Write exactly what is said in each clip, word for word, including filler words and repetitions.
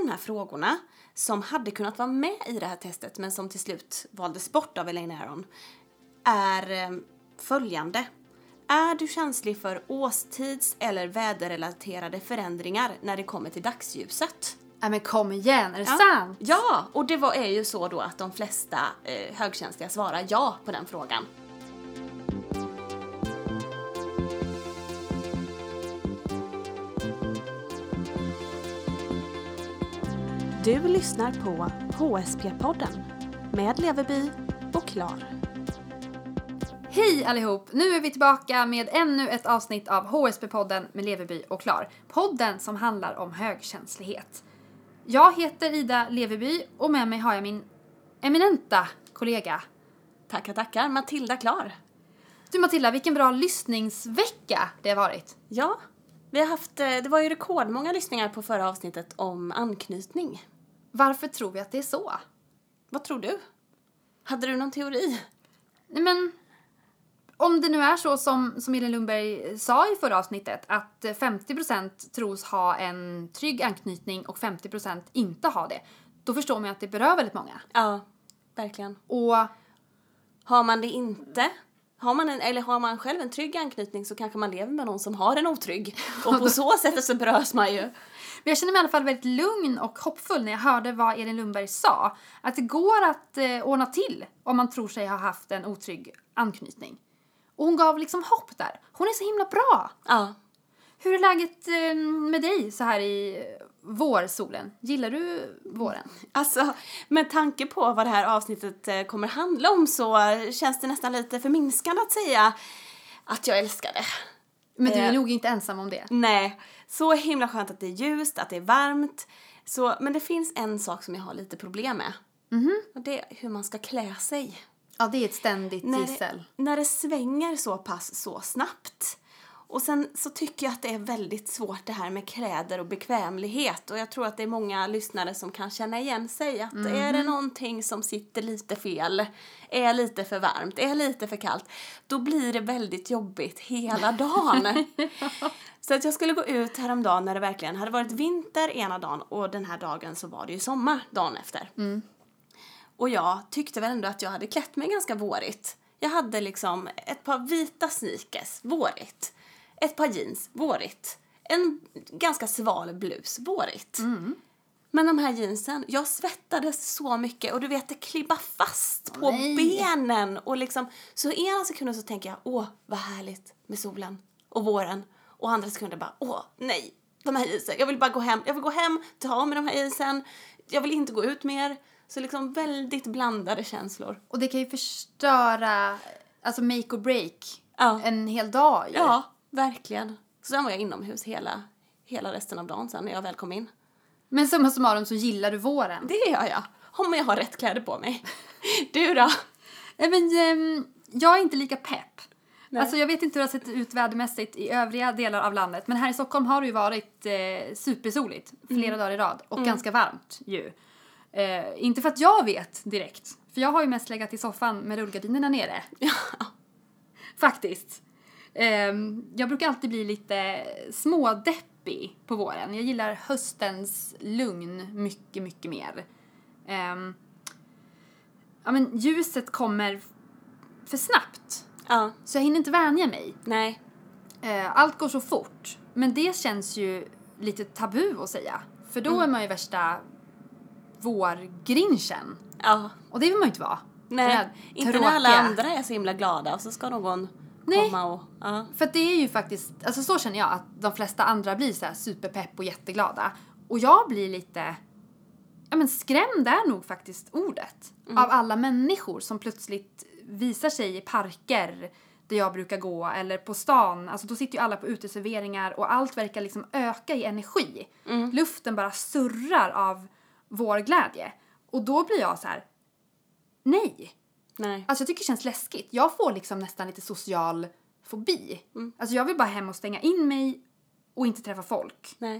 de här frågorna som hade kunnat vara med i det här testet men som till slut valdes bort av Elaine Aron är följande. Är du känslig för årstids- eller väderrelaterade förändringar när det kommer till dagsljuset? Nej men kom igen, är det Ja. sant? Ja, och det var, är ju så då att de flesta eh, högkänsliga svarar ja på den frågan. Du lyssnar på H S P-podden med Leverby och Klar. Hej allihop! Nu är vi tillbaka med ännu ett avsnitt av H S P-podden med Leverby och Klar. Podden som handlar om högkänslighet. Jag heter Ida Leverby och med mig har jag min eminenta kollega. Tackar, tackar. Matilda Klar. Du Matilda, vilken bra lyssningsvecka det har varit. Ja, vi har haft, det var ju rekordmånga lyssningar på förra avsnittet om anknytning. Varför tror vi att det är så? Vad tror du? Hade du någon teori? Nej men, om det nu är så som, som Elin Lundberg sa i förra avsnittet, att femtio procent tros ha en trygg anknytning och femtio procent inte ha det, då förstår man att det berör väldigt många. Ja, verkligen. Och har man det inte, har man en, eller har man själv en trygg anknytning så kanske man lever med någon som har en otrygg. Och på så sätt så berörs man ju. Men jag känner mig i alla fall väldigt lugn och hoppfull när jag hörde vad Elin Lundberg sa. Att det går att eh, ordna till om man tror sig ha haft en otrygg anknytning. Och hon gav liksom hopp där. Hon är så himla bra. Ja. Hur är läget eh, med dig så här i vårsolen? Gillar du våren? Alltså, med tanke på vad det här avsnittet eh, kommer handla om så känns det nästan lite förminskande att säga att jag älskar det. Men du är Eh. nog inte ensam om det. Nej, så himla skönt att det är ljust, att det är varmt. Så, men det finns en sak som jag har lite problem med. Mhm. Och det är hur man ska klä sig. Ja, det är ett ständigt När gissel. det, när det svänger så pass så snabbt. Och sen så tycker jag att det är väldigt svårt det här med kläder och bekvämlighet. Och jag tror att det är många lyssnare som kan känna igen sig. Att Mhm. är det någonting som sitter lite fel, är lite för varmt, är lite för kallt, då blir det väldigt jobbigt hela dagen. Så att jag skulle gå ut häromdagen när det verkligen hade varit vinter ena dagen och den här dagen så var det ju sommar dagen efter. Mm. Och jag tyckte väl ändå att jag hade klätt mig ganska vårigt. Jag hade liksom ett par vita sneakers, vårigt. Ett par jeans, vårigt. En ganska sval blus, vårigt. Mm. Men de här jeansen, jag svettades så mycket och du vet det klibbar fast på nej. benen. Och liksom, så ena sekunden så tänker jag, åh vad härligt med solen och våren. Och andra sekunder bara, åh nej, de här jeansen. Jag vill bara gå hem, jag vill gå hem, ta av mig de här jeansen. Jag vill inte gå ut mer. Så liksom väldigt blandade känslor. Och det kan ju förstöra, alltså make or break, Ja. en hel dag ju. Ja, verkligen. Så sen var jag inomhus hela, hela resten av dagen sen när jag väl kom in. Men summa summarum så gillar du våren. Det gör jag. Om jag har rätt kläder på mig. Du då? Nej, men ehm, jag är inte lika pepp. Nej. Alltså jag vet inte hur det har sett ut vädermässigt i övriga delar av landet. Men här i Stockholm har det ju varit eh, supersoligt flera Mm. dagar i rad. Och Mm. ganska varmt ju. Eh, inte för att jag vet direkt. För jag har ju mest legat i soffan med rullgardinerna nere. Ja. Faktiskt. Ehm, jag brukar alltid bli lite smådeppig på våren. Jag gillar höstens lugn mycket, mycket mer. Ehm, ja, men ljuset kommer för snabbt. Ja. Så jag hinner inte vänja mig. Nej. Eh, allt går så fort. Men det känns ju lite tabu att säga. För då Mm. är man ju värsta vårgrinchen. Ja. Och det vill man ju inte vara. Den Nej. här Inte när alla tråkiga. andra är så himla glada och så ska någon Nej. komma och... Ja. För att det är ju faktiskt, alltså så känner jag att de flesta andra blir så här superpepp och jätteglada. Och jag blir lite, ja men skrämd är nog faktiskt ordet. Mm. Av alla människor som plötsligt visar sig i parker där jag brukar gå eller på stan. Alltså då sitter ju alla på uteserveringar och allt verkar liksom öka i energi. Mm. Luften bara surrar av vår glädje. Och då blir jag så här, nej. Nej. Alltså jag tycker det känns läskigt. Jag får liksom nästan lite social fobi. Mm. Alltså jag vill bara hem och stänga in mig och inte träffa folk. Nej.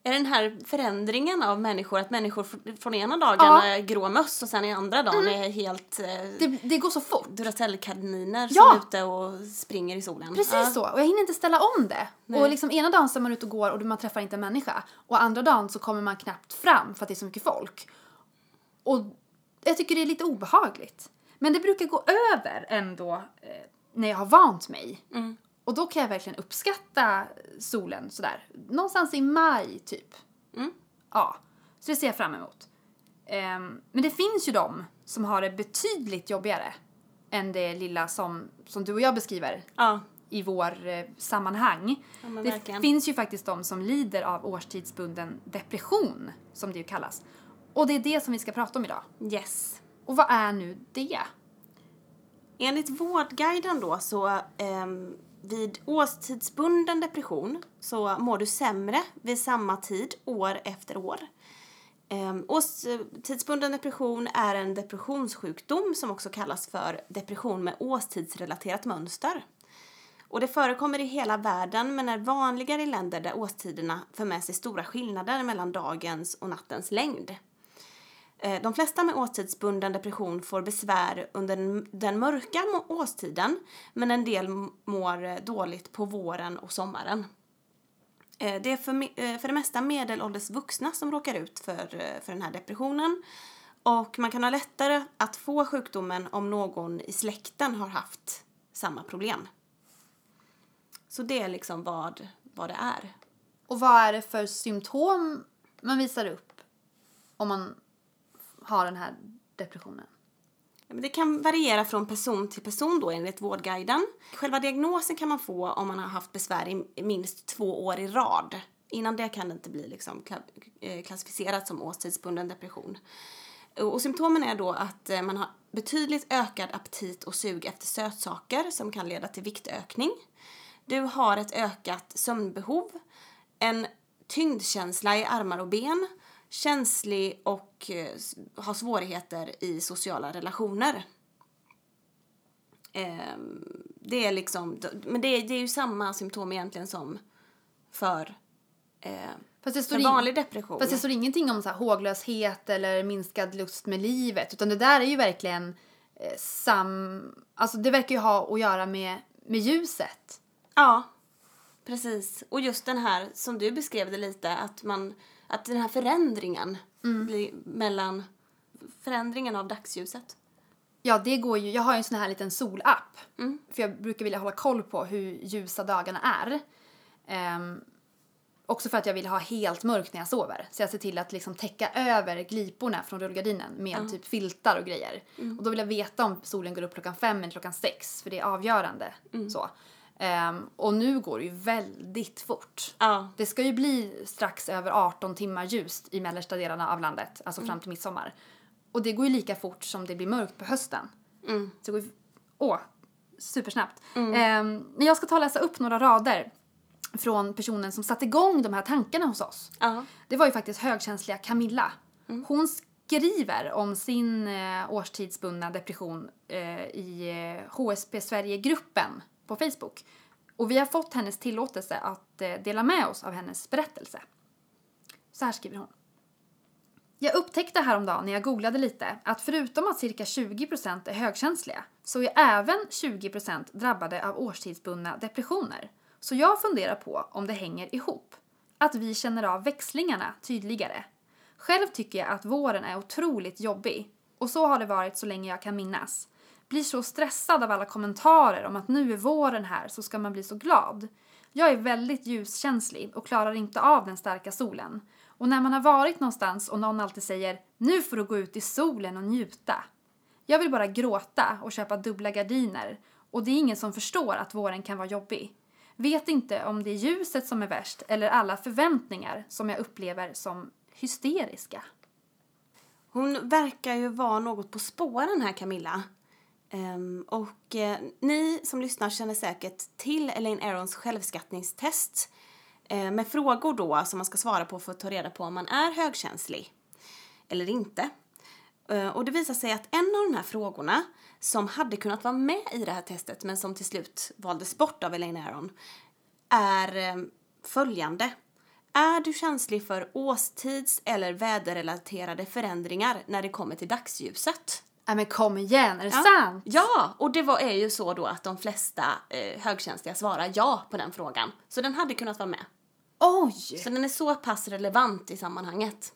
Är den här förändringen av människor, att människor från ena dagen ja. är grå möss och sen i andra dagen mm. är helt... Eh, det, det går så fort. Duracell-kaniner ja. som är ute och springer i solen. Precis ja. så. Och jag hinner inte ställa om det. Nej. Och liksom ena dagen så är man ute och går och man träffar inte en människa. Och andra dagen så kommer man knappt fram för att det är så mycket folk. Och jag tycker det är lite obehagligt. Men det brukar gå över ändå eh, när jag har vant mig. Mm. Och då kan jag verkligen uppskatta solen sådär. Någonstans i maj typ. Mm. Ja, så det ser jag fram emot. Um, men det finns ju de som har det betydligt jobbigare än det lilla som, som du och jag beskriver ja. i vår eh, sammanhang. Ja, det verkligen. finns ju faktiskt de som lider av årstidsbunden depression, som det ju kallas. Och det är det som vi ska prata om idag. Yes. Och vad är nu det? Enligt Vårdguiden då så... Um, vid årstidsbunden depression så mår du sämre vid samma tid år efter år. Um, årstidsbunden depression är en depressionssjukdom som också kallas för depression med årstidsrelaterat mönster. Och det förekommer i hela världen men är vanligare i länder där årstiderna för med sig stora skillnader mellan dagens och nattens längd. De flesta med årstidsbunden depression får besvär under den mörka årstiden, men en del mår dåligt på våren och sommaren. Det är för, för det mesta medelålders vuxna som råkar ut för, för den här depressionen, och man kan ha lättare att få sjukdomen om någon i släkten har haft samma problem. Så det är liksom vad, vad det är. Och vad är det för symptom man visar upp om man har den här depressionen? Det kan variera från person till person då enligt Vårdguiden. Själva diagnosen kan man få om man har haft besvär i minst två år i rad. Innan det kan det inte bli liksom klassificerat som årstidsbunden depression. Och symptomen är då att man har betydligt ökad aptit och sug efter sötsaker som kan leda till viktökning. Du har ett ökat sömnbehov, en tyngdkänsla i armar och ben, känslig och eh, har svårigheter i sociala relationer. Eh, det är liksom, men det är, det är ju samma symptom egentligen som för, eh, fast det står för vanlig depression. Fast det står ingenting om så här håglöshet eller minskad lust med livet, utan det där är ju verkligen eh, sam, alltså det verkar ju ha att göra med, med ljuset. Ja, precis. Och just den här som du beskrev det lite, att man att den här förändringen mm. blir mellan förändringen av dagsljuset. Ja, det går ju. Jag har ju en sån här liten solapp. Mm. För jag brukar vilja hålla koll på hur ljusa dagarna är. Um, också för att jag vill ha helt mörkt när jag sover. Så jag ser till att liksom täcka över gliporna från rullgardinen med mm. typ filtar och grejer. Mm. Och då vill jag veta om solen går upp klockan fem eller klockan sex. För det är avgörande. Mm. Så. Um, och nu går det ju väldigt fort. Ja. Det ska ju bli strax över arton timmar ljust i mellersta delarna av landet. Alltså mm. fram till midsommar. Och det går ju lika fort som det blir mörkt på hösten. Mm. Så det går ju, åh, supersnabbt. Mm. Um, men jag ska ta och läsa upp några rader från personen som satte igång de här tankarna hos oss. Uh-huh. Det var ju faktiskt högkänsliga Camilla. Mm. Hon skriver om sin uh, årstidsbundna depression uh, i uh, H S P Sverige-gruppen på Facebook. Och vi har fått hennes tillåtelse att uh, dela med oss av hennes berättelse. Så här skriver hon. Jag upptäckte häromdagen när jag googlade lite att förutom att cirka tjugo procent är högkänsliga så är även tjugo procent drabbade av årstidsbundna depressioner. Så jag funderar på om det hänger ihop. Att vi känner av växlingarna tydligare. Själv tycker jag att våren är otroligt jobbig. Och så har det varit så länge jag kan minnas. Blir så stressad av alla kommentarer om att nu är våren här så ska man bli så glad. Jag är väldigt ljuskänslig och klarar inte av den starka solen. Och när man har varit någonstans och någon alltid säger nu får du gå ut i solen och njuta. Jag vill bara gråta och köpa dubbla gardiner. Och det är ingen som förstår att våren kan vara jobbig. Vet inte om det är ljuset som är värst eller alla förväntningar som jag upplever som hysteriska. Hon verkar ju vara något på spåren här, Camilla. Um, och eh, ni som lyssnar känner säkert till Elaine Arons självskattningstest. Eh, med frågor då som man ska svara på för att ta reda på om man är högkänslig eller inte. Uh, och det visar sig att en av de här frågorna som hade kunnat vara med i det här testet men som till slut valdes bort av Elaine Aron är eh, följande. Är du känslig för årstids- eller väderrelaterade förändringar när det kommer till dagsljuset? Nej men kom igen, är det Ja. sant? Ja, och det var, är ju så då att de flesta eh, högkänsliga svarar ja på den frågan. Så den hade kunnat vara med. Oj! Så den är så pass relevant i sammanhanget.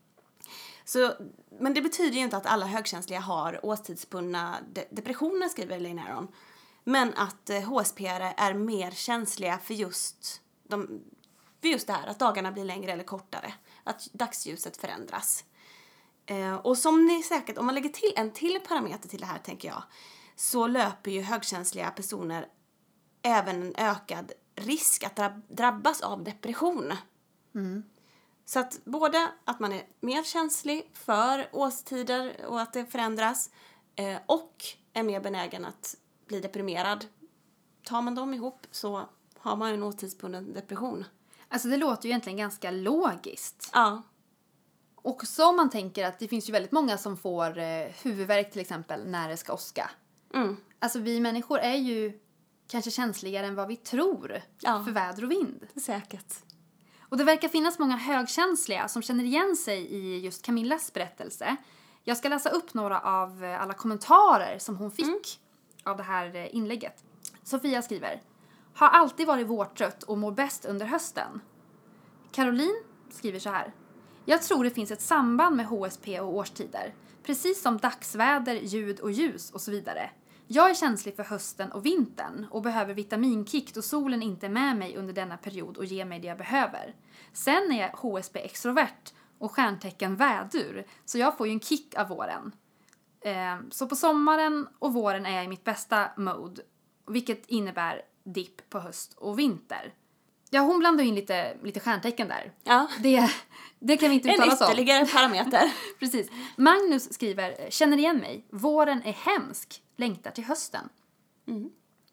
Så, men det betyder ju inte att alla högkänsliga har årstidsbundna de- depressioner, skriver Elaine Aron. Men att eh, H S P-are är mer känsliga för just, de, för just det här, att dagarna blir längre eller kortare. Att dagsljuset förändras. Eh, och som ni säkert, om man lägger till en till parameter till det här, tänker jag, så löper ju högkänsliga personer även en ökad risk att drab- drabbas av depression. Mm. Så att både att man är mer känslig för årstider och att det förändras eh, och är mer benägen att bli deprimerad. Tar man dem ihop så har man ju en årstidsbunden depression. Alltså det låter ju egentligen ganska logiskt. Ja. Och så om man tänker att det finns ju väldigt många som får eh, huvudvärk till exempel när det ska åska. Mm. Alltså vi människor är ju kanske känsligare än vad vi tror Ja. för väder och vind. Säkert. Och det verkar finnas många högkänsliga som känner igen sig i just Camillas berättelse. Jag ska läsa upp några av eh, alla kommentarer som hon fick Mm. av det här eh, inlägget. Sofia skriver: har alltid varit vårtrött och mår bäst under hösten. Caroline skriver så här: jag tror det finns ett samband med H S P och årstider. Precis som dagsväder, ljud och ljus och så vidare. Jag är känslig för hösten och vintern och behöver vitaminkick då solen inte är med mig under denna period och ger mig det jag behöver. Sen är jag H S P-extrovert och stjärntecken vädur, så jag får ju en kick av våren. Eh, så på sommaren och våren är jag i mitt bästa mode, vilket innebär dipp på höst och vinter. Ja, hon blandar in lite, lite stjärntecken där. Ja. Det, det kan vi inte En uttala oss om. ytterligare parameter. Precis. Magnus skriver: känner igen mig. Våren är hemsk. Längtar till hösten. Mm.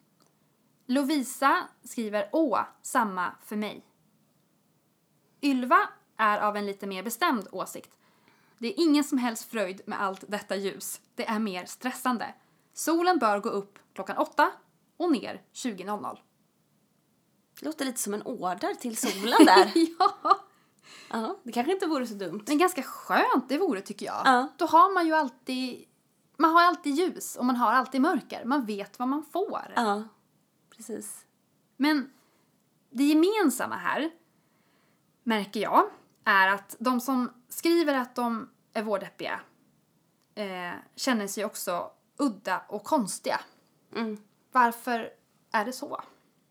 Lovisa skriver: åh, samma för mig. Ylva är av en lite mer bestämd åsikt. Det är ingen som helst fröjd med allt detta ljus. Det är mer stressande. Solen bör gå upp klockan åtta och ner tjugo noll noll. Det låter lite som en order till solen där. Ja, Ja, det kanske inte vore så dumt. men ganska skönt det vore tycker jag. Ja. Då har man ju alltid, man har alltid ljus och man har alltid mörker. Man vet vad man får. Ja, precis. Men det gemensamma här, märker jag, är att de som skriver att de är vårdeppiga eh, känner sig också udda och konstiga. Mm. Varför är det så?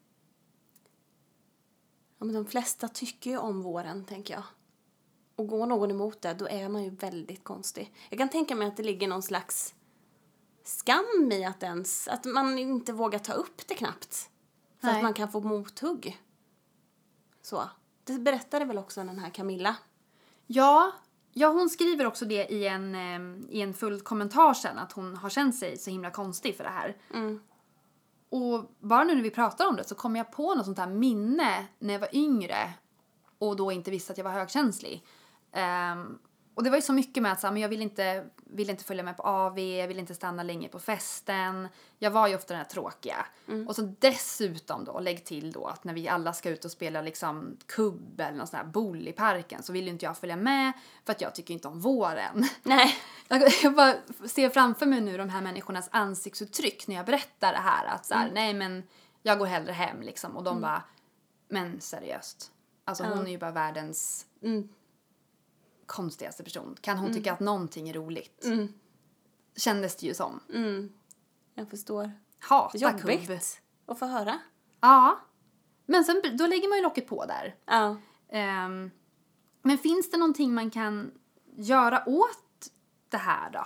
Ja, men de flesta tycker ju om våren, tänker jag. Och går någon emot det, då är man ju väldigt konstig. Jag kan tänka mig att det ligger någon slags skam i att ens, att man inte vågar ta upp det knappt. För Nej. att man kan få mothugg. Så. Det berättade väl också den här Camilla. Ja, ja hon skriver också det i en, eh, i en full kommentar sen, att hon har känt sig så himla konstig för det här. Mm. Och bara nu när vi pratar om det så kommer jag på något sånt här minne när jag var yngre och då inte visste att jag var högkänslig. Um, och det var ju så mycket med att så här, men jag ville inte, ville inte följa med på A V, jag ville inte stanna länge på festen. Jag var ju ofta den här tråkiga. Mm. Och så dessutom då, lägg till då att när vi alla ska ut och spela liksom kubb eller någon sån här boll i parken så vill inte jag följa med för att jag tycker inte om våren. Nej. Jag, jag bara ser framför mig nu de här människornas ansiktsuttryck när jag berättar det här. Att så här, Mm. nej men jag går hellre hem liksom. Och de Mm. bara, men seriöst. Alltså hon Ja. är ju bara världens Mm. konstigaste person. Kan hon Mm. tycka att någonting är roligt? Mm. Kändes det ju som. Mm. Jag förstår. Hata kubb. Jobbigt att få höra. Ja. Men sen, då lägger man ju locket på där. Ja. Ehm, men finns det någonting man kan göra åt det här då?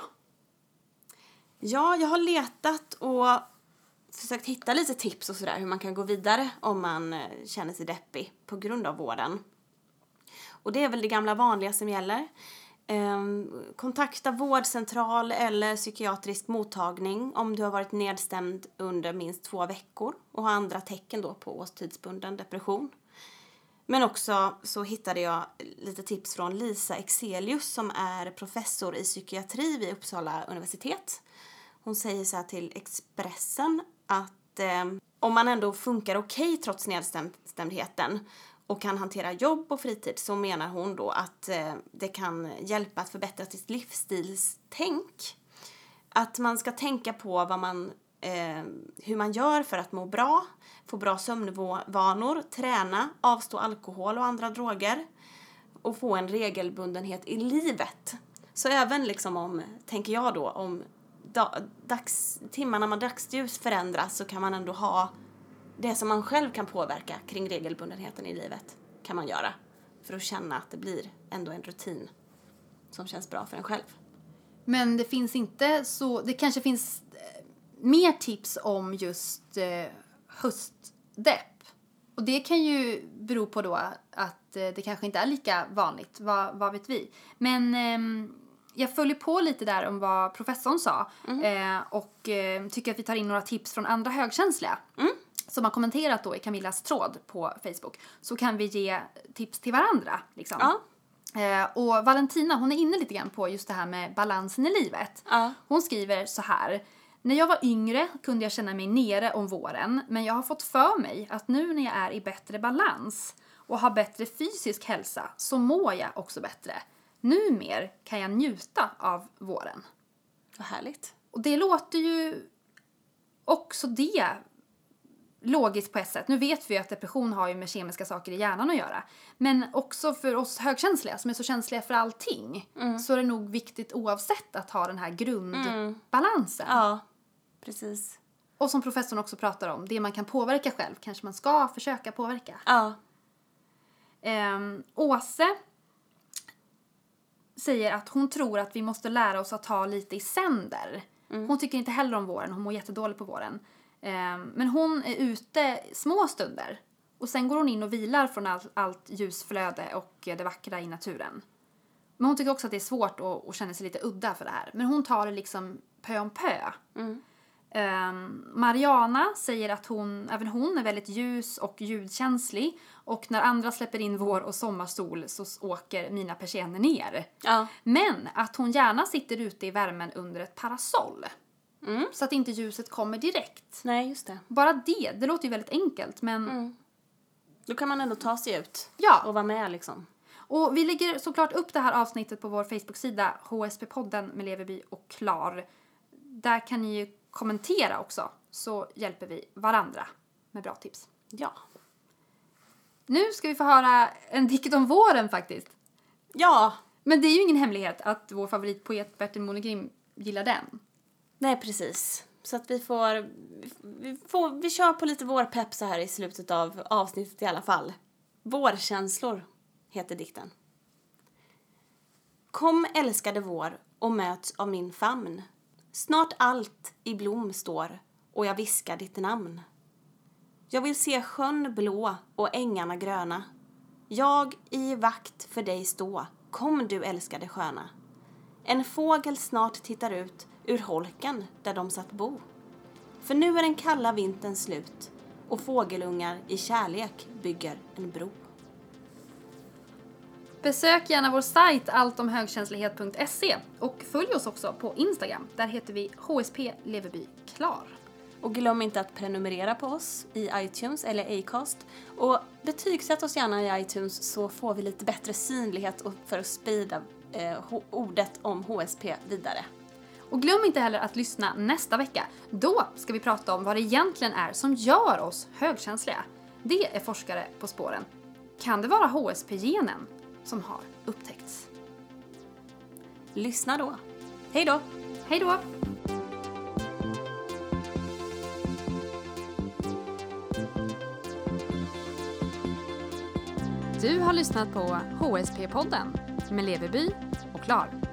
Ja, jag har letat och försökt hitta lite tips och sådär hur man kan gå vidare om man eh, känner sig deppig på grund av vården. Och det är väl det gamla vanliga som gäller. Ehm, kontakta vårdcentral eller psykiatrisk mottagning om du har varit nedstämd under minst två veckor och har andra tecken då på årstidsbunden depression. Men också så hittade jag lite tips från Lisa Exelius som är professor i psykiatri vid Uppsala universitet. Hon säger så här till Expressen att eh, om man ändå funkar okej trots nedstämdheten och kan hantera jobb och fritid, så menar hon då att eh, det kan hjälpa att förbättra sitt livsstilstänk. Att man ska tänka på vad man, eh, hur man gör för att må bra, få bra sömnvanor, träna, avstå alkohol och andra droger och få en regelbundenhet i livet. Så även liksom om, tänker jag då, om da, dags, timmarna med dagsljus förändras, så kan man ändå ha det som man själv kan påverka kring regelbundenheten i livet, kan man göra för att känna att det blir ändå en rutin som känns bra för en själv. Men det finns inte så, det kanske finns eh, mer tips om just eh, höstdepp. Och det kan ju bero på då att eh, det kanske inte är lika vanligt, vad, vad vet vi. Men eh, jag följer på lite där om vad professorn sa mm. eh, och eh, tycker att vi tar in några tips från andra högkänsliga. Mm. Som har kommenterat då i Camillas tråd på Facebook, så kan vi ge tips till varandra. Liksom. Ja. Eh, och Valentina, hon är inne lite grann på just det här med balansen i livet. Ja. Hon skriver så här: när jag var yngre kunde jag känna mig nere om våren, men jag har fått för mig att nu när jag är i bättre balans och har bättre fysisk hälsa, så mår jag också bättre. Numer kan jag njuta av våren. Vad härligt. Och det låter ju också det logiskt på ett sätt. Nu vet vi att depression har ju med kemiska saker i hjärnan att göra. Men också för oss högkänsliga som är så känsliga för allting. Mm. Så är det nog viktigt oavsett att ha den här grundbalansen. Mm. Ja, precis. Och som professorn också pratar om, det man kan påverka själv kanske man ska försöka påverka. Ja. Um, Åse säger att hon tror att vi måste lära oss att ta lite i sänder. Mm. Hon tycker inte heller om våren, hon mår jättedåligt på våren. Men hon är ute små stunder. Och sen går hon in och vilar från allt, allt ljusflöde och det vackra i naturen. Men hon tycker också att det är svårt och, och känner sig lite udda för det här. Men hon tar det liksom pö om pö. Mm. Um, Mariana säger att hon, även hon är väldigt ljus och ljudkänslig. Och när andra släpper in vår och sommarsol så åker mina persienner ner. Ja. Men att hon gärna sitter ute i värmen under ett parasoll. Mm. Så att inte ljuset kommer direkt. Nej, just det. Bara det, det låter ju väldigt enkelt, men... Mm. Då kan man ändå ta sig ut. Ja. Och vara med liksom. Och vi lägger såklart upp det här avsnittet på vår Facebook-sida, H S P-podden med Leverby och Klar. Där kan ni ju kommentera också, så hjälper vi varandra med bra tips. Ja. Nu ska vi få höra en dikt om våren faktiskt. Ja. Men det är ju ingen hemlighet att vår favoritpoet Bertil Monegrim gillar den. Nej, precis. Så att vi får, vi får... Vi kör på lite vårpepp så här i slutet av avsnittet i alla fall. Vårkänslor heter dikten. Kom älskade vår och möts av min famn. Snart allt i blom står och jag viskar ditt namn. Jag vill se sjön blå och ängarna gröna. Jag i vakt för dig stå. Kom du älskade sköna. En fågel snart tittar ut ur holken där de satt bo. För nu är den kalla vintern slut och fågelungar i kärlek bygger en bro. Besök gärna vår sajt alltomhögkänslighet punkt se och följ oss också på Instagram. Där heter vi H S P Leverby Klar. Och glöm inte att prenumerera på oss i iTunes eller Acast. Och betygsätt oss gärna i iTunes så får vi lite bättre synlighet för att sprida eh, ordet om H S P vidare. Och glöm inte heller att lyssna nästa vecka. Då ska vi prata om vad det egentligen är som gör oss högkänsliga. Det är forskare på spåren. Kan det vara H S P-genen som har upptäckts? Lyssna då. Hej då! Hej då! Du har lyssnat på H S P-podden med Leverby och Klar.